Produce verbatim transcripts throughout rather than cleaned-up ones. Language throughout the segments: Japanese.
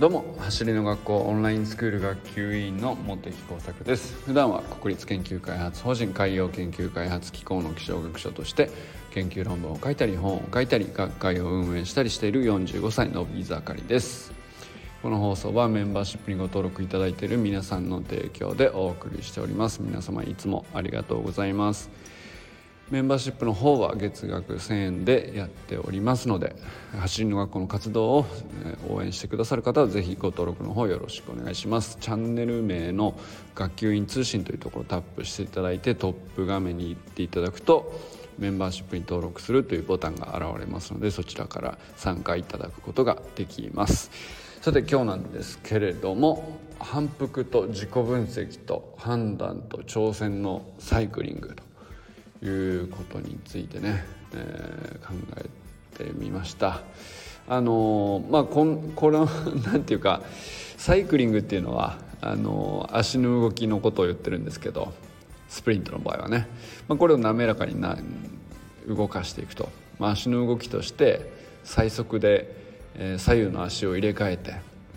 どうも、走りの学校オンラインスクール学級委員の茂木耕作です。普段は国立研究開発法人海洋研究開発機構の気象学者として研究論文を書いたり本を書いたり学会を運営したりしているよんじゅうごさいのび盛りです。この放送はメンバーシップにご登録いただいている皆さんの提供でお送りしております。皆様いつもありがとうございます。メンバーシップの方は月額せんえんでやっておりますので、走りの学校の活動を応援してくださる方はぜひご登録の方よろしくお願いします。チャンネル名の学級委員通信というところをタップしていただいて、トップ画面に行っていただくとメンバーシップに登録するというボタンが現れますので、そちらから参加いただくことができます。さて今日なんですけれども、反復と自己分析と判断と挑戦のサイクリングということについてね、えー、考えてみました。あのー、まあこんこれなんていうか、サイクリングっていうのはあのー、足の動きのことを言ってるんですけど、スプリントの場合はね、まあ、これを滑らかにな動かしていくと、まあ、足の動きとして最速で、えー、左右の足を入れ替えて、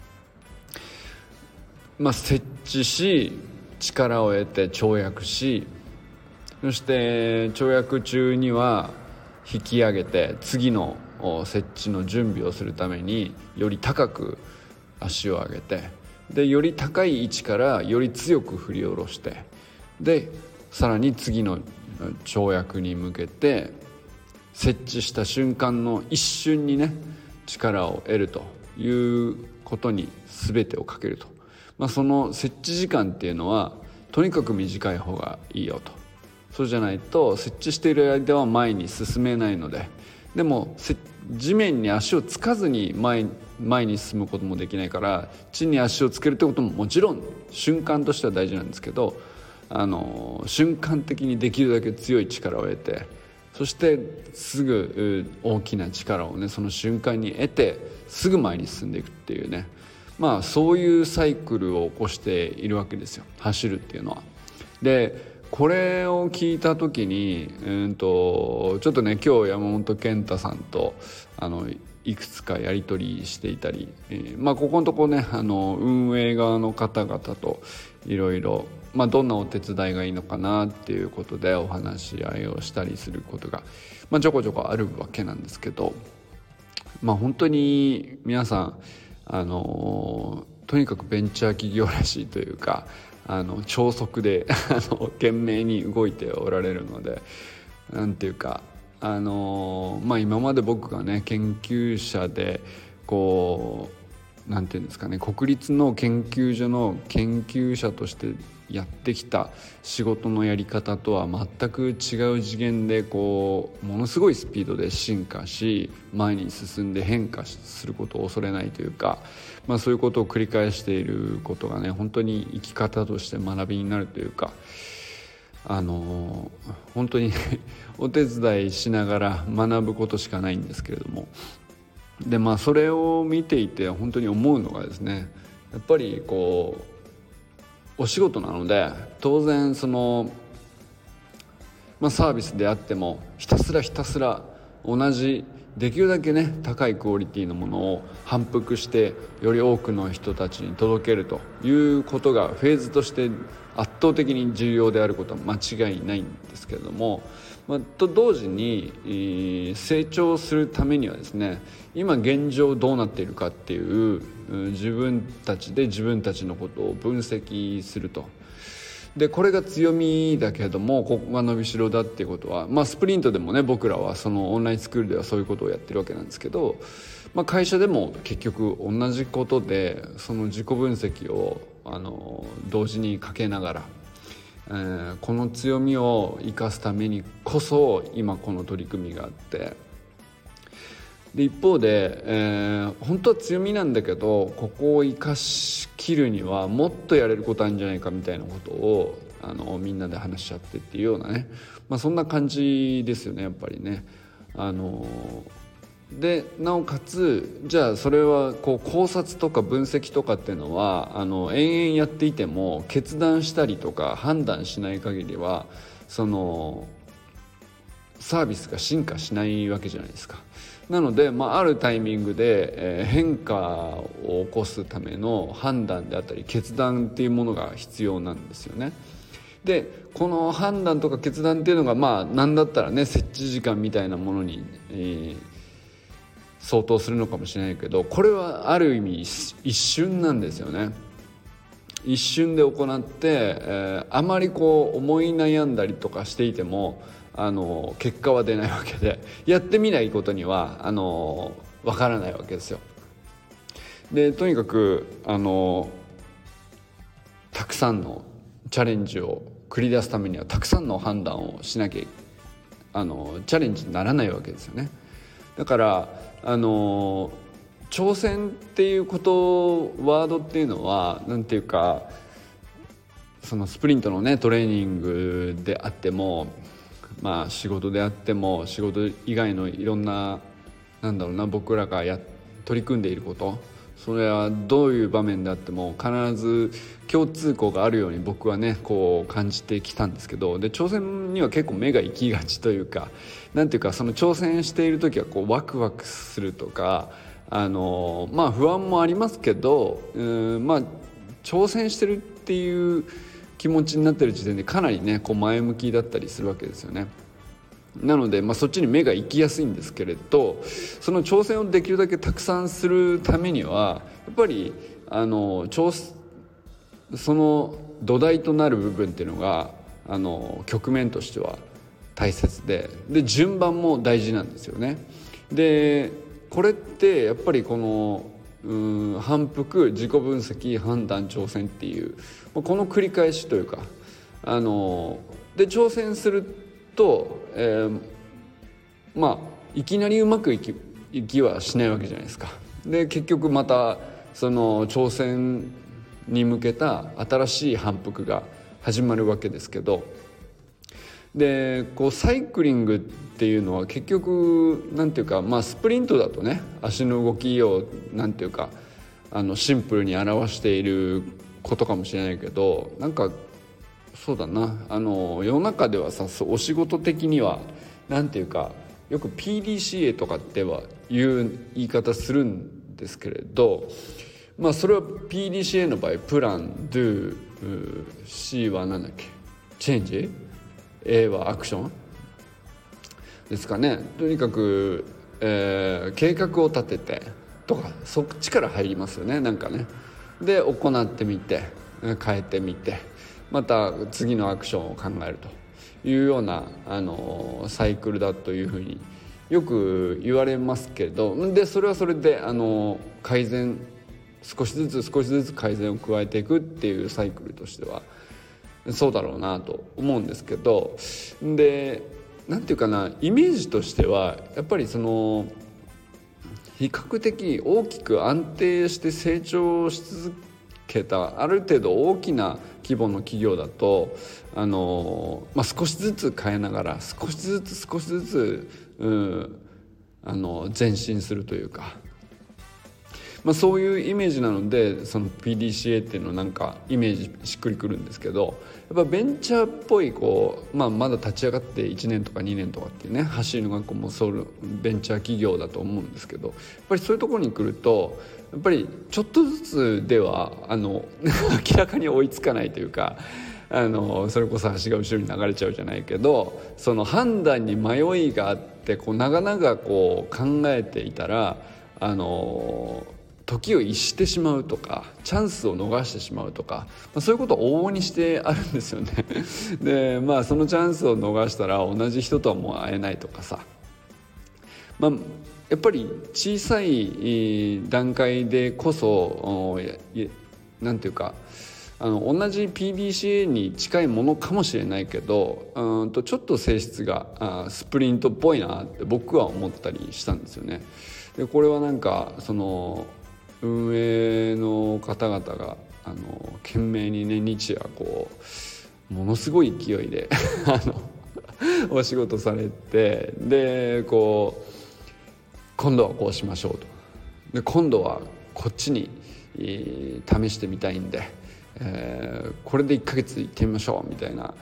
まあ、接地し力を得て跳躍し、そして跳躍中には引き上げて次の接地の準備をするためにより高く足を上げて、でより高い位置からより強く振り下ろして、でさらに次の跳躍に向けて接地した瞬間の一瞬にね力を得るということに全てをかけると、まあ、その接地時間っていうのはとにかく短い方がいいよと。そうじゃないと接地している間は前に進めないので、でも地面に足をつかずに 前, 前に進むこともできないから、地に足をつけるってことももちろん瞬間としては大事なんですけど、あの瞬間的にできるだけ強い力を得て、そしてすぐ大きな力をねその瞬間に得てすぐ前に進んでいくっていうね、まあそういうサイクルを起こしているわけですよ、走るっていうのは。でこれを聞いた時に、うんとちょっとね今日山本健太さんとあのいくつかやり取りしていたり、えー、まあここのとこねあの運営側の方々といろいろまあどんなお手伝いがいいのかなっていうことでお話し合いをしたりすることが、まあ、ちょこちょこあるわけなんですけど、まあ本当に皆さんあのとにかくベンチャー企業らしいというか、あの超速であの懸命に動いておられるので、なんていうかあの、まあ、今まで僕がね研究者でこうなんていうんですかね、国立の研究所の研究者としてやってきた仕事のやり方とは全く違う次元でこうものすごいスピードで進化し前に進んで変化することを恐れないというか、まあ、そういうことを繰り返していることがね本当に生き方として学びになるというか、あの本当にお手伝いしながら学ぶことしかないんですけれども、でまあそれを見ていて本当に思うのがですね、やっぱりこうお仕事なので当然その、まあ、サービスであってもひたすらひたすら同じできるだけね高いクオリティのものを反復してより多くの人たちに届けるということがフェーズとして圧倒的に重要であることは間違いないんですけれども、まあ、と同時に、えー、成長するためにはですね、今現状どうなっているかっていう自分たちで自分たちのことを分析すると。でこれが強みだけれどもここが伸びしろだっていうことは、まあ、スプリントでもね僕らはそのオンラインスクールではそういうことをやってるわけなんですけど、まあ、会社でも結局同じことでその自己分析をあの同時にかけながら、えー、この強みを生かすためにこそ今この取り組みがあって、で一方で、えー、本当は強みなんだけどここを生かしきるにはもっとやれることあるんじゃないかみたいなことをあのみんなで話し合ってっていうようなね、まあ、そんな感じですよねやっぱりね。あのでなおかつじゃあそれはこう考察とか分析とかっていうのはあの延々やっていても決断したりとか判断しない限りはそのサービスが進化しないわけじゃないですか。なので、まあ、あるタイミングで、えー、変化を起こすための判断であったり決断っていうものが必要なんですよね。でこの判断とか決断っていうのがまあ何だったらね設置時間みたいなものに、えー、相当するのかもしれないけど、これはある意味一瞬なんですよね。一瞬で行って、えー、あまりこう思い悩んだりとかしていてもあの結果は出ないわけで、やってみないことにはあのわからないわけですよ。でとにかくあのたくさんのチャレンジを繰り出すためにはたくさんの判断をしなきゃあのチャレンジにならないわけですよね。だからあの挑戦っていうことワードっていうのはなんていうか、そのスプリントのねトレーニングであっても、まあ仕事であっても仕事以外のいろんななんだろうな僕らがや取り組んでいること、それはどういう場面であっても必ず共通項があるように僕はねこう感じてきたんですけど、で挑戦には結構目が行きがちというか、なんていうかその挑戦している時はこうワクワクするとか、あのまあ不安もありますけど、うんまあ挑戦してるっていう気持ちになってる時点でかなりねこう前向きだったりするわけですよね。なので、まあ、そっちに目が行きやすいんですけれど、その挑戦をできるだけたくさんするためにはやっぱりあの挑その土台となる部分っていうのがあの局面としては大切で、で順番も大事なんですよね。でこれってやっぱりこのうん反復自己分析判断挑戦っていうこの繰り返しというか、あので挑戦すると、えー、まあいきなりうまくいき、いきはしないわけじゃないですか。で結局またその挑戦に向けた新しい反復が始まるわけですけど、でこうサイクリングっていうのは結局なんていうか、まあスプリントだとね足の動きをなんていうかあのシンプルに表していることかもしれないけど、なんかそうだな、あの世の中ではさお仕事的にはなんていうかよく ピーディーシーエー とかってはいう言い方するんですけれど、まあそれは ピーディーシーエー の場合プラン、ドゥ、C はなんだっけチェンジ、A はアクションですかね。とにかく、えー、計画を立ててとかそっちから入りますよね。なんかねで行ってみて変えてみてまた次のアクションを考えるというようなあのサイクルだというふうによく言われますけど、でそれはそれであの改善少しずつ少しずつ改善を加えていくっていうサイクルとしてはそうだろうなと思うんですけど、でなんていうかなイメージとしてはやっぱりその比較的大きく安定して成長し続けたある程度大きな規模の企業だとあの、まあ、少しずつ変えながら少しずつ少しずつ、うん、あの前進するというか、まあ、そういうイメージなのでその ピーディーシーエー っていうのなんかイメージしっくりくるんですけど、やっぱベンチャーっぽいこう、まあ、まだ立ち上がっていちねんとかにねんとかっていうね走りの学校もそうベンチャー企業だと思うんですけど、やっぱりそういうところに来るとやっぱりちょっとずつではあの明らかに追いつかないというか、あのそれこそ足が後ろに流れちゃうじゃないけど、その判断に迷いがあってこう長々こう考えていたらあの時を逸してしまうとかチャンスを逃してしまうとか、まあ、そういうことを往々にしてあるんですよねでまあそのチャンスを逃したら同じ人とはもう会えないとかさ、まあやっぱり小さい段階でこそなんていうかあの同じ ピーディーシーエー に近いものかもしれないけどうんとちょっと性質があスプリントっぽいなって僕は思ったりしたんですよね。でこれはなんかその運営の方々があの懸命にね日夜こうものすごい勢いであのお仕事されて、でこう今度はこうしましょうと、で今度はこっちに試してみたいんで、えー、これでいっかげつ行ってみましょうみたいな、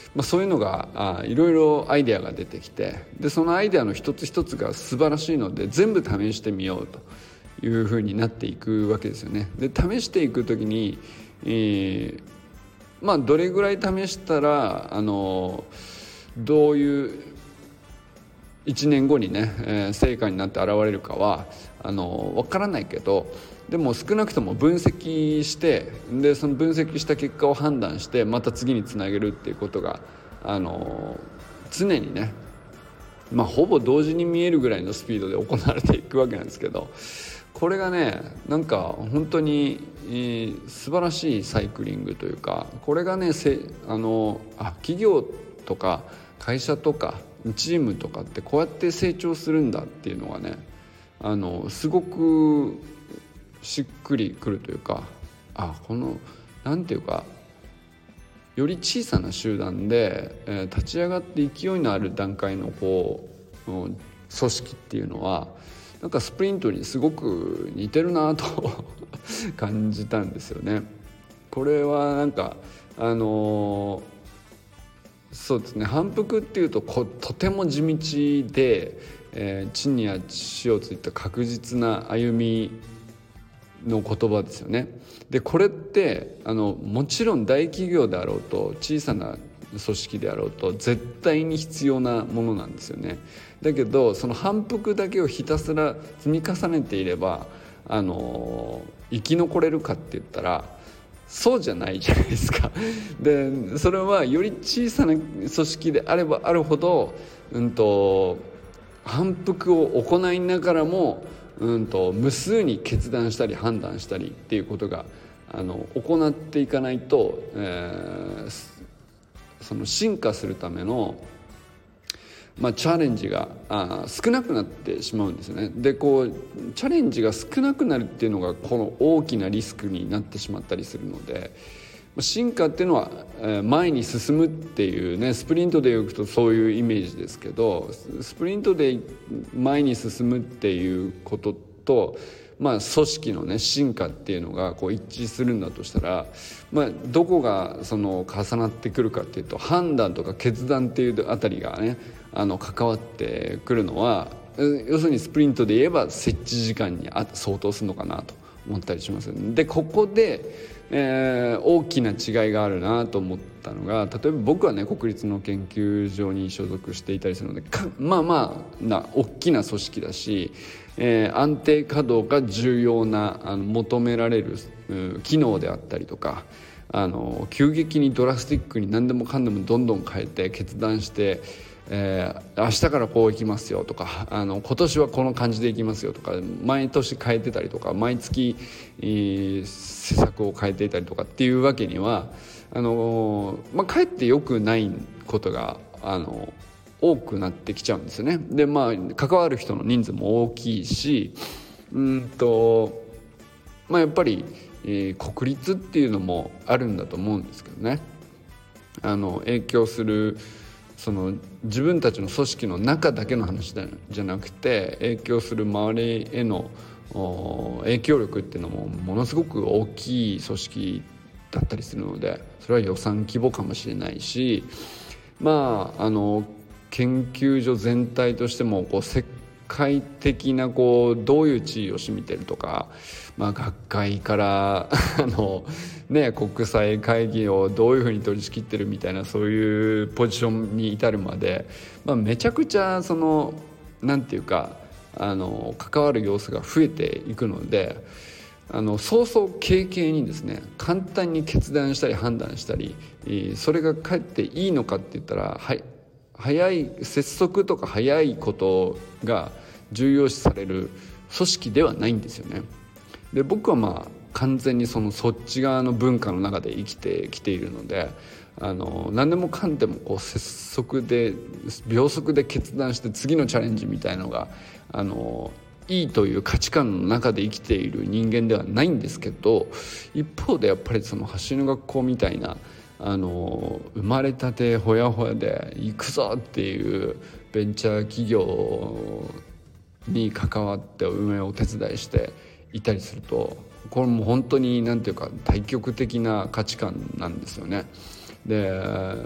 まあ、そういうのがあいろいろアイデアが出てきて、でそのアイデアの一つ一つが素晴らしいので全部試してみようというふうになっていくわけですよね。で試していくときに、えー、まあどれぐらい試したらあのどういういちねんごにね、えー、成果になって現れるかはあの分からないけど、でも少なくとも分析して、でその分析した結果を判断してまた次につなげるっていうことがあの常にね、まあほぼ同時に見えるぐらいのスピードで行われていくわけなんですけど、これがねなんか本当に、えー、素晴らしいサイクリングというか、これがねせあのあ企業とか会社とかチームとかってこうやって成長するんだっていうのがね、あのすごくしっくりくるというか、あこのなんていうかより小さな集団で、えー、立ち上がって勢いのある段階のこう組織っていうのはなんかスプリントにすごく似てるなと感じたんですよね。これはなんかあのー、そうですね、反復っていうとことても地道で、えー、地に足をついた確実な歩みの言葉ですよね。でこれってあのもちろん大企業であろうと小さな組織であろうと絶対に必要なものなんですよね。だけどその反復だけをひたすら積み重ねていればあの生き残れるかって言ったらそうじゃないじゃないですか。でそれはより小さな組織であればあるほど、うんと、反復を行いながらも、うんと、無数に決断したり判断したりっていうことがあの行っていかないと、えー、その進化するためのまあ、チャレンジがあ少なくなってしまうんですよね。でこうチャレンジが少なくなるっていうのがこの大きなリスクになってしまったりするので、進化っていうのは前に進むっていうね、スプリントでいくとそういうイメージですけど、スプリントで前に進むっていうことと、まあ、組織のね進化っていうのがこう一致するんだとしたら、まあ、どこがその重なってくるかっていうと、判断とか決断っていうあたりがねあの関わってくるのは、要するにスプリントで言えば設置時間に相当するのかなと思ったりします。でここで、えー、大きな違いがあるなと思ったのが、例えば僕はね国立の研究所に所属していたりするので、まあまあな大きな組織だし、えー、安定稼働が重要なあの求められる機能であったりとか、あの急激にドラスティックに何でもかんでもどんどん変えて決断して、えー、明日からこういきますよとか、あの今年はこの感じでいきますよとか、毎年変えてたりとか毎月、えー、施策を変えていたりとかっていうわけにはあの、まあ、かえって良くないことがあの多くなってきちゃうんですよね。でまあ関わる人の人数も大きいし、うんとまあやっぱり、えー、国立っていうのもあるんだと思うんですけどね。あの影響するその自分たちの組織の中だけの話じゃなくて、影響する周りへの影響力っていうのもものすごく大きい組織だったりするので、それは予算規模かもしれないし、まああの研究所全体としてもこう世界的なこうどういう地位を占めてるとか、まあ、学会からあの、ね、国際会議をどういうふうに取り仕切ってるみたいな、そういうポジションに至るまで、まあ、めちゃくちゃそのなんていうかあの関わる様子が増えていくので、あのそうそう軽々にですね簡単に決断したり判断したり、それがかえっていいのかって言ったら、はい、早い拙速とか早いことが重要視される組織ではないんですよね。で僕はまあ完全にそのそっち側の文化の中で生きてきているので、あの何でもかんでもこう拙速で秒速で決断して次のチャレンジみたいのがあのいいという価値観の中で生きている人間ではないんですけど、一方でやっぱりその走りの学校みたいなあの生まれたてほやほやで行くぞっていうベンチャー企業に関わって運営をお手伝いしていたりすると、これも本当になんていうか対極的な価値観なんですよね。で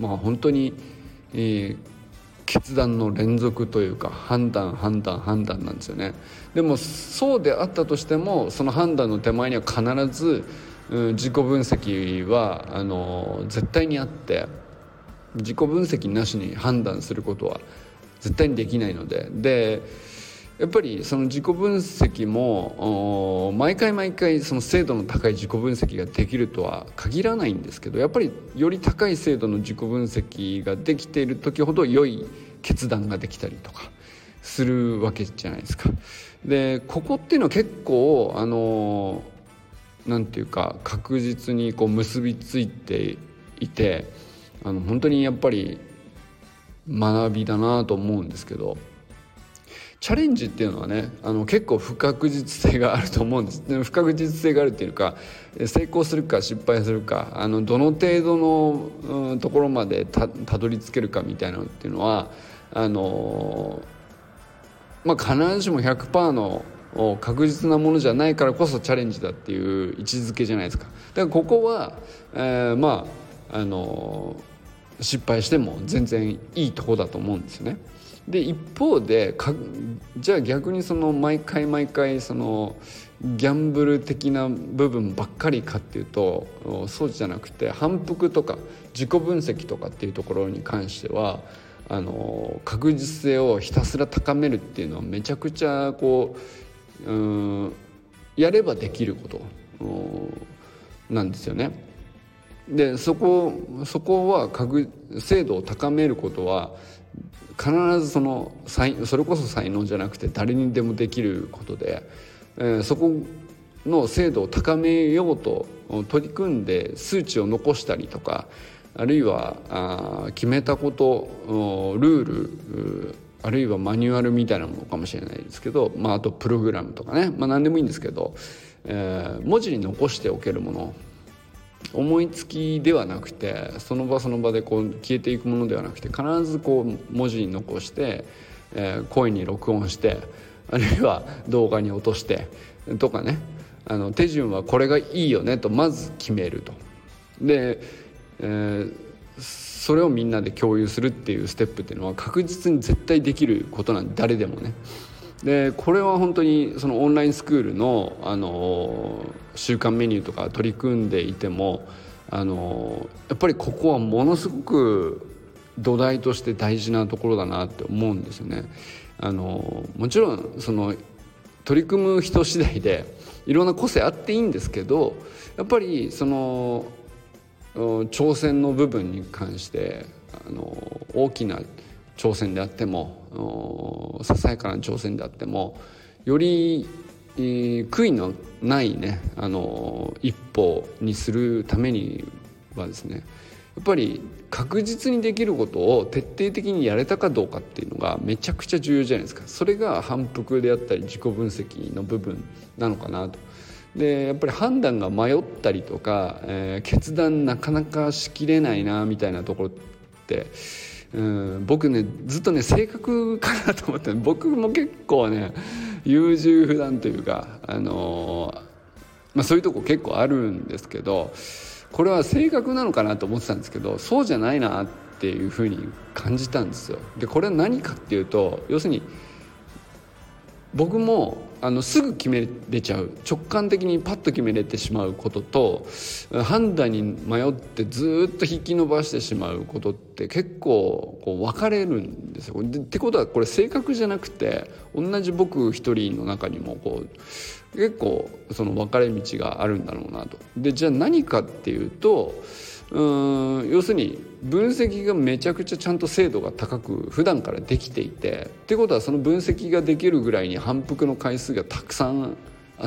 まあ本当に、えー、決断の連続というか判断判断判断なんですよね。でもそうであったとしてもその判断の手前には必ず、うん、自己分析はあの絶対にあって、自己分析なしに判断することは絶対にできないので、でやっぱりその自己分析も毎回毎回その精度の高い自己分析ができるとは限らないんですけど、やっぱりより高い精度の自己分析ができている時ほど良い決断ができたりとかするわけじゃないですか。でここっていうのは結構あのなんていうか確実にこう結びついていて、あの本当にやっぱり学びだなと思うんですけど、チャレンジっていうのはねあの結構不確実性があると思うんです。で不確実性があるっていうか、成功するか失敗するか、あのどの程度の、うん、ところまで た, たどり着けるかみたいなのっていうのはあの、まあ、必ずしも ひゃくパーセント の確実なものじゃないからこそチャレンジだっていう位置づけじゃないですか。だからここは、えー、まああの失敗しても全然いいとこだと思うんですよね。で一方でかじゃあ逆にその毎回毎回そのギャンブル的な部分ばっかりかっていうとそうじゃなくて、反復とか自己分析とかっていうところに関してはあの確実性をひたすら高めるっていうのはめちゃくちゃこう、うん、やればできることなんですよね。でそこそこは精度を高めることは必ずそのそれこそ才能じゃなくて誰にでもできることで、えー、そこの精度を高めようと取り組んで数値を残したりとか、あるいはあ決めたことルールあるいはマニュアルみたいなものかもしれないですけど、まあ、あとプログラムとかね、まあ、何でもいいんですけど、えー、文字に残しておけるもの、思いつきではなくてその場その場でこう消えていくものではなくて、必ずこう文字に残して、えー、声に録音して、あるいは動画に落としてとかね、あの手順はこれがいいよねとまず決めると。で、えー、それをみんなで共有するっていうステップっていうのは確実に絶対できることなんで、誰でもね。でこれは本当にそのオンラインスクールの、あの週間メニューとか取り組んでいても、あのやっぱりここはものすごく土台として大事なところだなって思うんですよね。あのもちろんその取り組む人次第でいろんな個性あっていいんですけど、やっぱりその挑戦の部分に関してあの大きな挑戦であってもささやかな挑戦であってもより、えー、悔いのないねあの一歩にするためにはですね、やっぱり確実にできることを徹底的にやれたかどうかっていうのがめちゃくちゃ重要じゃないですか。それが反復であったり自己分析の部分なのかなと。でやっぱり判断が迷ったりとか、えー、決断なかなかしきれないなみたいなところってうん、僕ねずっとね性格かなと思って、僕も結構ね優柔不断というか、あのーまあ、そういうとこ結構あるんですけど、これは性格なのかなと思ってたんですけど、そうじゃないなっていうふうに感じたんですよ。でこれは何かっていうと、要するに僕もあのすぐ決めれちゃう、直感的にパッと決めれてしまうことと、判断に迷ってずっと引き延ばしてしまうことって結構こう分かれるんですよ。でってことはこれ性格じゃなくて、同じ僕一人の中にもこう結構その分かれ道があるんだろうなと。でじゃあ何かっていうと、うーん要するに分析がめちゃくちゃちゃんと精度が高く普段からできていて、ってことはその分析ができるぐらいに反復の回数がたくさんあって、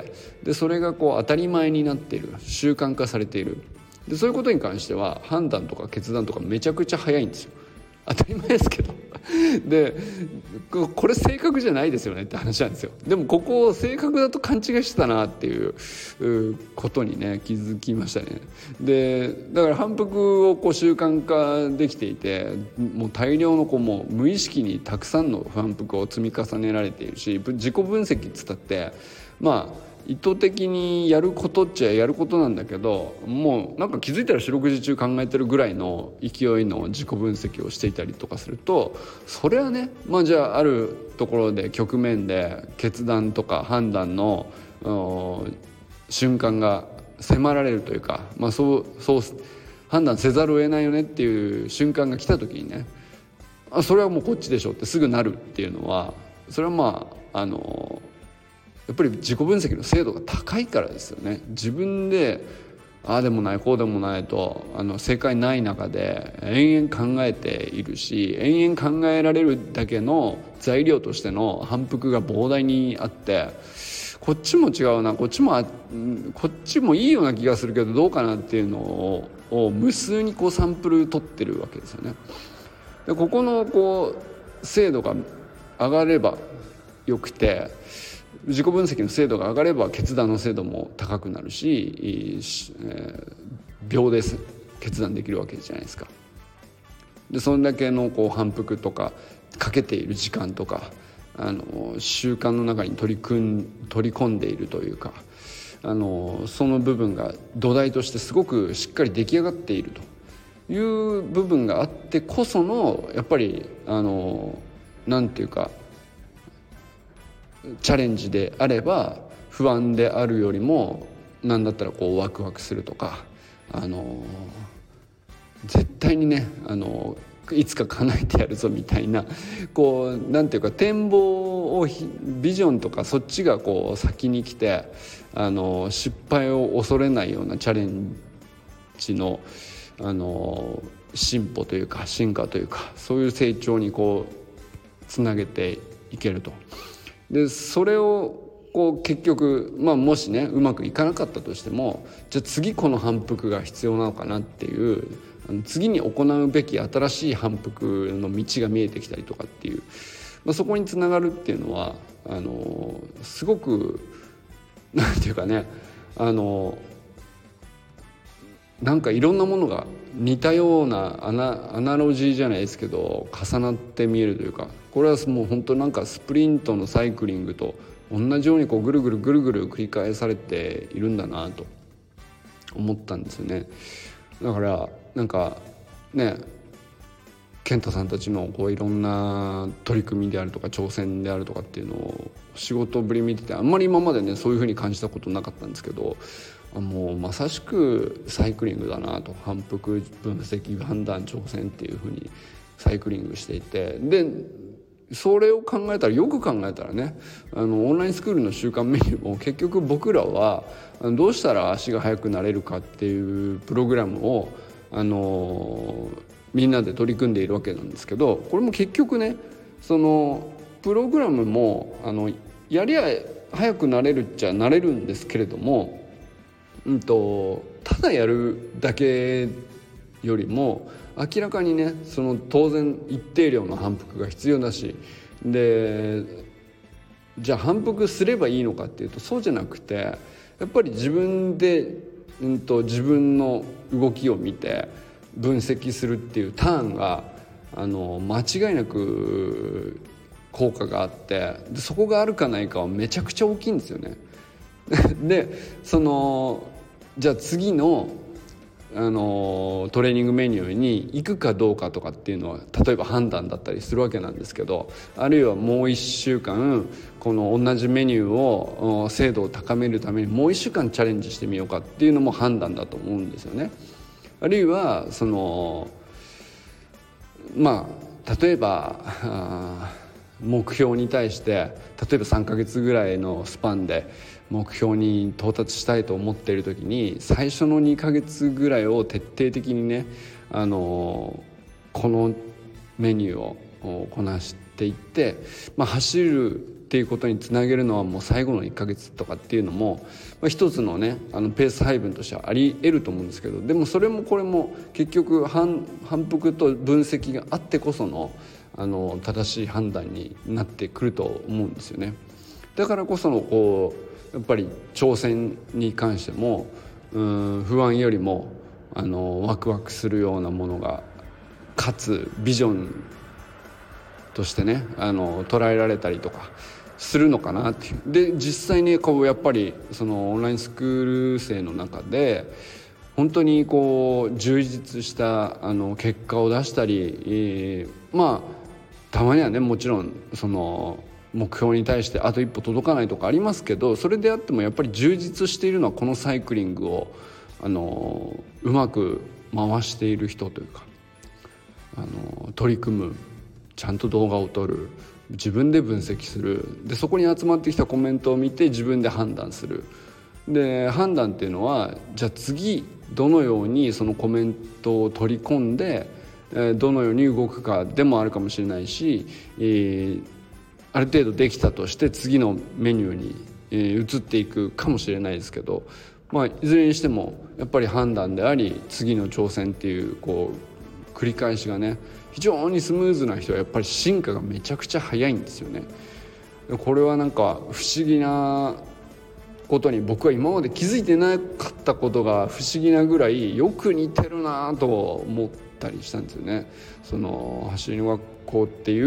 でそれがこう当たり前になっている、習慣化されている。でそういうことに関しては判断とか決断とかめちゃくちゃ早いんですよ。当たり前ですけどでこれ正確じゃないですよねって話なんですよ。でもここを正確だと勘違いしてたなっていうことにね気づきましたね。でだから反復をこう習慣化できていて、もう大量のこうもう無意識にたくさんの反復を積み重ねられているし、自己分析っつったってまあ意図的にやることっちゃやることなんだけど、もうなんか気づいたら四六時中考えてるぐらいの勢いの自己分析をしていたりとかすると、それはね、まあじゃああるところで局面で決断とか判断の瞬間が迫られるというか、まあそうそう判断せざるを得ないよねっていう瞬間が来た時にね、あそれはもうこっちでしょってすぐなるっていうのは、それはまああのやっぱり自己分析の精度が高いからですよね。自分でああでもないこうでもないとあの正解ない中で延々考えているし、延々考えられるだけの材料としての反復が膨大にあって、こっちも違うな、こっちもあこっちもいいような気がするけどどうかなっていうのをを無数にこうサンプル取ってるわけですよね。でここのこう精度が上がればよくて、自己分析の精度が上がれば決断の精度も高くなるし、えー、秒で決断できるわけじゃないですか。でそれだけのこう反復とかかけている時間とか、あの習慣の中に取り組ん取り込んでいるというか、あのその部分が土台としてすごくしっかり出来上がっているという部分があってこその、やっぱりあのなんていうかチャレンジであれば不安であるよりも、なんだったらこうワクワクするとか、あの絶対にね、あのいつか叶えてやるぞみたいな、こうなんていうか展望をビジョンとかそっちがこう先に来て、あの失敗を恐れないようなチャレンジのあの進歩というか進化というか、そういう成長にこうつなげていけると。でそれをこう結局、まあ、もしねうまくいかなかったとしても、じゃあ次この反復が必要なのかなっていう、あの次に行うべき新しい反復の道が見えてきたりとかっていう、まあ、そこにつながるっていうのはあのすごくなんていうかね、あのなんかいろんなものが似たようなアナ、アナロジーじゃないですけど重なって見えるというか、これはもう本当なんかスプリントのサイクリングと同じようにこうぐるぐるぐるぐる繰り返されているんだなと思ったんですよね。だからなんかね、健太さんたちのこういろんな取り組みであるとか挑戦であるとかっていうのを仕事ぶり見てて、あんまり今までねそういう風に感じたことなかったんですけど、もうまさしくサイクリングだなと、反復分析判断挑戦っていう風にサイクリングしていて、でそれを考えたらよく考えたらね、あのオンラインスクールの週間メニューも結局僕らはどうしたら足が速くなれるかっていうプログラムをあのみんなで取り組んでいるわけなんですけど、これも結局ね、そのプログラムもあのやりゃ速くなれるっちゃなれるんですけれども、うんとただやるだけよりも明らかにね、その当然一定量の反復が必要だし、でじゃあ反復すればいいのかっていうとそうじゃなくて、やっぱり自分で、うんと自分の動きを見て分析するっていうターンがあの間違いなく効果があって、でそこがあるかないかはめちゃくちゃ大きいんですよね。でそのじゃあ次のあのトレーニングメニューに行くかどうかとかっていうのは例えば判断だったりするわけなんですけど、あるいはもういっしゅうかんこの同じメニューを精度を高めるためにもういっしゅうかんチャレンジしてみようかっていうのも判断だと思うんですよね。あるいはそのまあ例えば目標に対して例えばさんかげつぐらいのスパンで目標に到達したいと思っている時に、最初のにかげつぐらいを徹底的にね、あのこのメニューをこなしていって、まあ、走るっていうことにつなげるのはもう最後のいっかげつとかっていうのも、まあ、一つのねあのペース配分としてはあり得ると思うんですけど、でもそれもこれも結局 反, 反復と分析があってこそのあの正しい判断になってくると思うんですよね。だからこそのこうやっぱり挑戦に関してもうん不安よりもあのワクワクするようなものが、かつビジョンとしてねあの捉えられたりとかするのかなっていう。で実際にこうやっぱりそのオンラインスクール生の中で本当にこう充実したあの結果を出したり、えー、まあたまにはねもちろんその目標に対してあと一歩届かないとかありますけど、それであってもやっぱり充実しているのはこのサイクリングをあのうまく回している人というか、あの取り組む、ちゃんと動画を撮る、自分で分析する、でそこに集まってきたコメントを見て自分で判断する。で判断っていうのはじゃあ次どのようにそのコメントを取り込んでどのように動くかでもあるかもしれないし、えー、ある程度できたとして次のメニューに、えー、移っていくかもしれないですけど、まあ、いずれにしてもやっぱり判断であり次の挑戦っていうこう繰り返しがね非常にスムーズな人はやっぱり進化がめちゃくちゃ早いんですよね。これはなんか不思議なことに僕は今まで気づいてなかったことが不思議なぐらいよく似てるなと思ったりしたんですよね。その走りの学校っていう、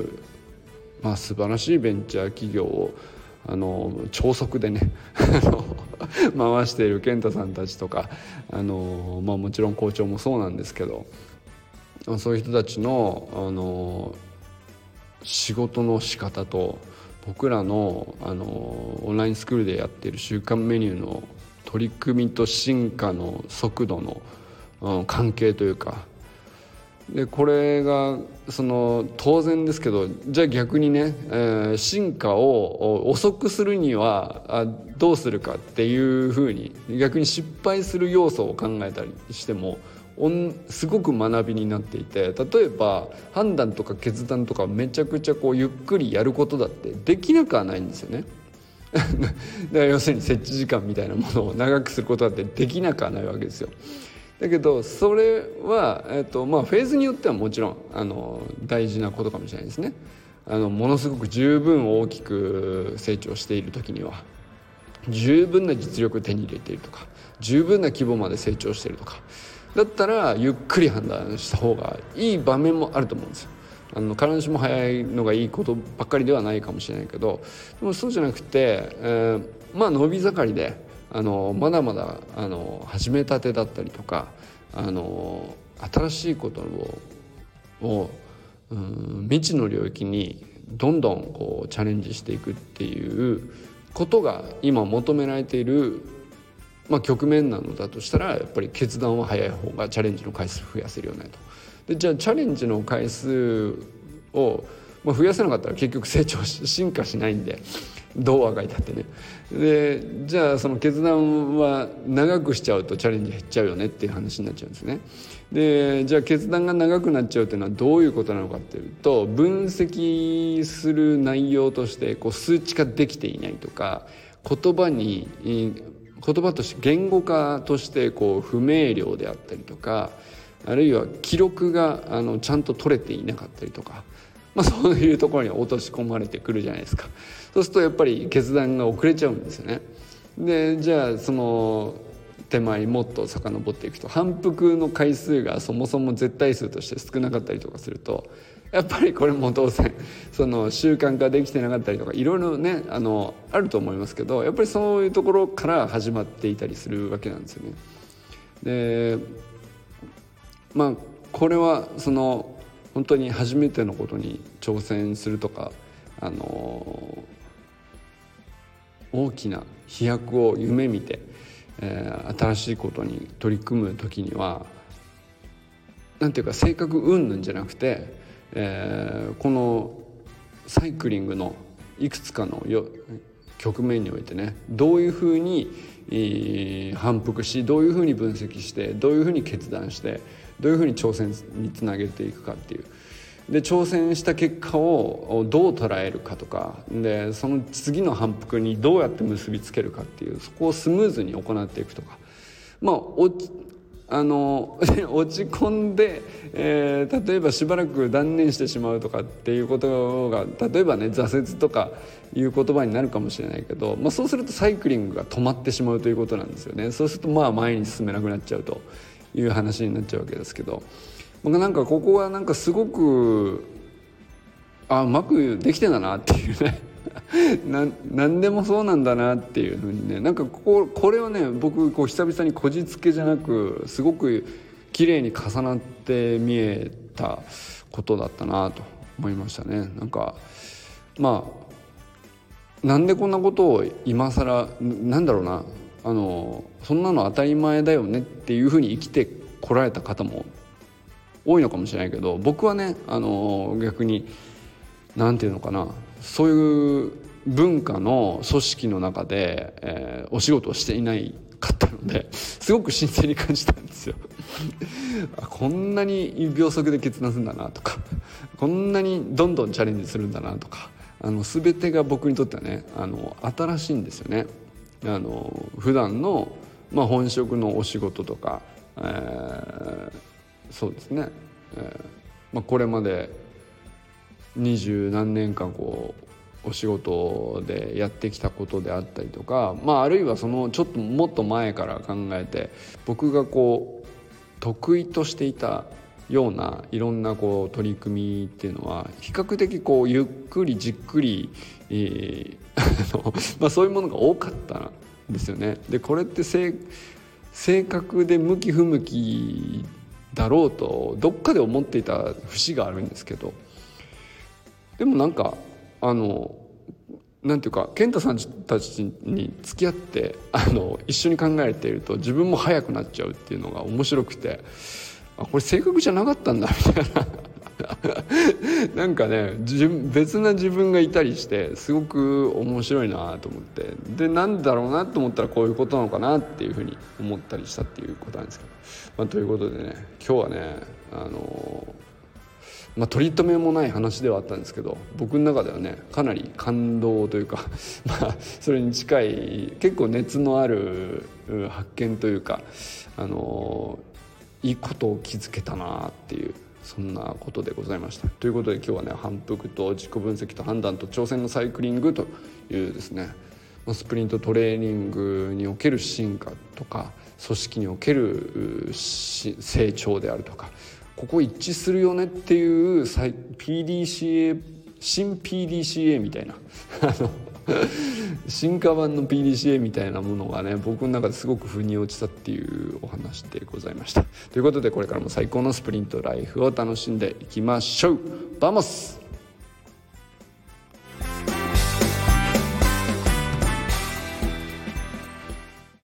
う、まあ、素晴らしいベンチャー企業をあの超速でね回している健太さんたちとかあの、まあ、もちろん校長もそうなんですけど、そういう人たちの、あの仕事の仕方と僕らの、あのオンラインスクールでやっている週間メニューの取り組みと進化の速度の、うん、関係というかで、これがその当然ですけど、じゃあ逆にね、えー、進化を遅くするにはあどうするかっていうふうに逆に失敗する要素を考えたりしてもすごく学びになっていて、例えば判断とか決断とかめちゃくちゃこうゆっくりやることだってできなくはないんですよねだから要するに設置時間みたいなものを長くすることだってできなくはないわけですよ。だけどそれは、えっとまあ、フェーズによってはもちろんあの大事なことかもしれないですね。あのものすごく十分大きく成長している時には十分な実力を手に入れているとか十分な規模まで成長しているとかだったらゆっくり判断した方がいい場面もあると思うんですよ。あの必ずしも早いのがいいことばっかりではないかもしれないけど、でもそうじゃなくて、えー、まあ伸び盛りであのまだまだあの始めたてだったりとかあの新しいことを、をうん未知の領域にどんどんこうチャレンジしていくっていうことが今求められているまあ、局面なのだとしたらやっぱり決断は早い方がチャレンジの回数増やせるよねと。でじゃあチャレンジの回数を、まあ、増やせなかったら結局成長し進化しないんでどうあがいたってね。でじゃあその決断は長くしちゃうとチャレンジ減っちゃうよねっていう話になっちゃうんですね。でじゃあ決断が長くなっちゃうっていうのはどういうことなのかっていうと、分析する内容としてこう数値化できていないとか言葉に言葉として言語化としてこう不明瞭であったりとか、あるいは記録があのちゃんと取れていなかったりとか、まあ、そういうところに落とし込まれてくるじゃないですか。そうするとやっぱり決断が遅れちゃうんですよね。でじゃあその手前にもっと遡っていくと反復の回数がそもそも絶対数として少なかったりとかするとやっぱりこれも当然その習慣化できてなかったりとかいろいろね あのあると思いますけど、やっぱりそういうところから始まっていたりするわけなんですよね。でまあこれはその本当に初めてのことに挑戦するとかあの大きな飛躍を夢見て、えー、新しいことに取り組む時にはなんていうか性格云々じゃなくて、えー、このサイクリングのいくつかのよ局面においてねどういうふうに、えー、反復しどういうふうに分析してどういうふうに決断してどういうふうに挑戦につなげていくかっていうで挑戦した結果をどう捉えるかとかでその次の反復にどうやって結びつけるかっていうそこをスムーズに行っていくとかまあおあの落ち込んで、えー、例えばしばらく断念してしまうとかっていうことが例えばね挫折とかいう言葉になるかもしれないけど、まあ、そうするとサイクリングが止まってしまうということなんですよね。そうするとまあ前に進めなくなっちゃうという話になっちゃうわけですけど、僕なんかここはなんかすごくあうまくできてんだなっていうねな何でもそうなんだなっていうふうにね、なんかここれはね僕こう久々にこじつけじゃなくすごく綺麗に重なって見えたことだったなと思いましたね。なんかまあなんでこんなことを今更なんだろうな、あのそんなの当たり前だよねっていうふうに生きてこられた方も多いのかもしれないけど、僕はねあの逆になんていうのかな、そういう文化の組織の中で、えー、お仕事をしていないかったのですごく新鮮に感じたんですよこんなに秒速で決断するんだなとか、こんなにどんどんチャレンジするんだなとか、あの全てが僕にとってはねあの新しいんですよね。あの普段の、まあ、本職のお仕事とか、えー、そうですね、えーまあ、これまで二十何年間こうお仕事でやってきたことであったりとか、まあ、あるいはそのちょっともっと前から考えて僕がこう得意としていたようないろんなこう取り組みっていうのは比較的こうゆっくりじっくり、えーまあそういうものが多かったんですよね。でこれって性格で向き不向きだろうとどっかで思っていた節があるんですけど、でもなんかあのなんていうか健太さんたちに付き合ってあの一緒に考えていると自分も速くなっちゃうっていうのが面白くて、あこれ性格じゃなかったんだみたいななんかね別な自分がいたりしてすごく面白いなと思って、でなんだろうなと思ったらこういうことなのかなっていうふうに思ったりしたっていうことなんですけど、まあ、ということでね今日はねあのまあ、取り留めもない話ではあったんですけど僕の中ではねかなり感動というかまあそれに近い結構熱のある発見というか、あのいいことを気づけたなっていうそんなことでございました。ということで今日はね反復と自己分析と判断と挑戦のサイクリングというですねスプリントトレーニングにおける進化とか組織における成長であるとかここ一致するよねっていう ピーディーシーエー 新 ピーディーシーエー みたいな進化版の ピーディーシーエー みたいなものがね僕の中ですごく腑に落ちたっていうお話でございました。ということでこれからも最高のスプリントライフを楽しんでいきましょう。バモス。